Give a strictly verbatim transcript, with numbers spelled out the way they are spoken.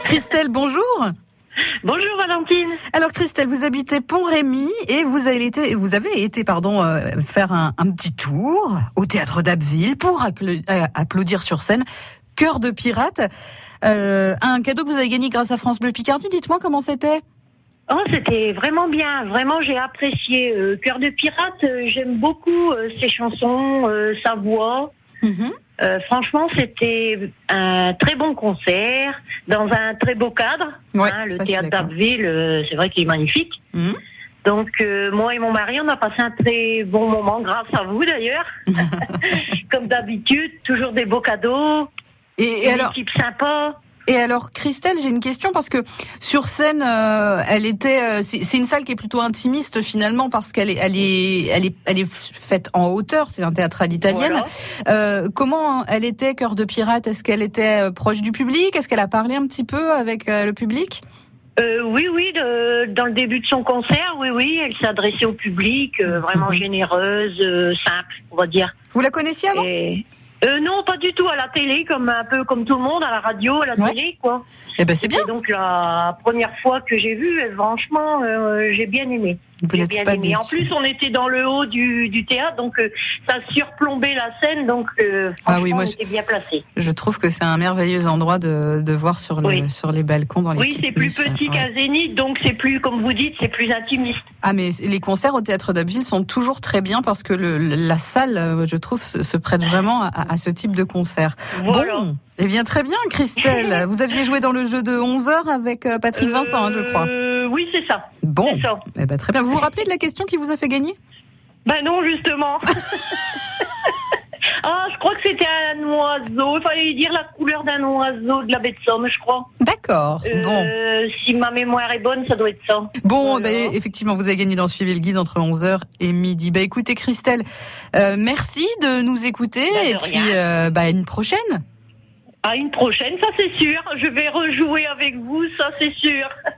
Christelle, bonjour. Bonjour Valentine. Alors Christelle, vous habitez Pont-Rémy et vous avez été, vous avez été pardon, euh, faire un, un petit tour au théâtre d'Abbeville pour accl- euh, applaudir sur scène Cœur de pirate. Euh, un cadeau que vous avez gagné grâce à France Bleu Picardie. Dites-moi comment c'était. Oh, c'était vraiment bien. Vraiment, j'ai apprécié euh, Cœur de pirate. Euh, j'aime beaucoup euh, ses chansons, euh, sa voix. Mm-hmm. Euh, franchement, c'était un très bon concert dans un très beau cadre. Ouais, hein, le ça, théâtre d'Abbeville, euh, c'est vrai qu'il est magnifique. Mm-hmm. Donc, euh, moi et mon mari, on a passé un très bon moment, grâce à vous d'ailleurs. Comme d'habitude, toujours des beaux cadeaux, Et, et une alors, équipe sympa. Et alors Christelle, j'ai une question parce que sur scène, euh, elle était, euh, c'est, c'est une salle qui est plutôt intimiste finalement parce qu'elle est, elle est, elle est, elle est faite en hauteur. C'est un théâtre à l'italienne. Voilà. Euh, comment elle était, Cœur de pirate? Est-ce qu'elle était proche du public? Est-ce qu'elle a parlé un petit peu avec euh, le public? Euh, oui, oui, de, dans le début de son concert, oui, oui, elle s'adressait au public, euh, vraiment mm-hmm. généreuse, euh, simple, on va dire. Vous la connaissiez avant? Et... Euh, non, pas du tout, à la télé, comme un peu comme tout le monde, à la radio, à la ouais. télé, quoi. Eh ben c'est bien. Et donc la première fois que j'ai vu, franchement, euh, j'ai bien aimé. Vous j'ai n'êtes bien pas aimé. déçu. En plus, on était dans le haut du, du théâtre, donc euh, ça surplombait la scène, donc euh, franchement, ah oui, moi, on était bien placés. Je trouve que c'est un merveilleux endroit de, de voir sur, le, oui. sur les balcons dans les oui, petites c'est plus niches. petit ouais. qu'un Zénith, donc c'est plus, comme vous dites, c'est plus intimiste. Ah mais les concerts au théâtre d'Abbeville sont toujours très bien parce que le, la salle, je trouve, se prête vraiment à, à ce type de concert. Voilà. Bon, eh bien très bien Christelle, vous aviez joué dans le jeu de onze heures avec Patrick euh, Vincent, hein, je crois. Oui, c'est ça. Bon, c'est ça. Eh ben, très bien. Vous vous rappelez de la question qui vous a fait gagner? Ben non, justement. Ah, je crois que c'était un oiseau. Il fallait dire la couleur d'un oiseau de la baie de Somme, je crois. D'accord. Euh, bon. Si ma mémoire est bonne, ça doit être ça. Bon, voilà. bah, effectivement, vous avez gagné dans Suivez le guide entre onze heures et midi. Bah, écoutez, Christelle, euh, merci de nous écouter. Bah, de et rien. puis, euh, bah, une prochaine. À une prochaine, ça c'est sûr. Je vais rejouer avec vous, ça c'est sûr.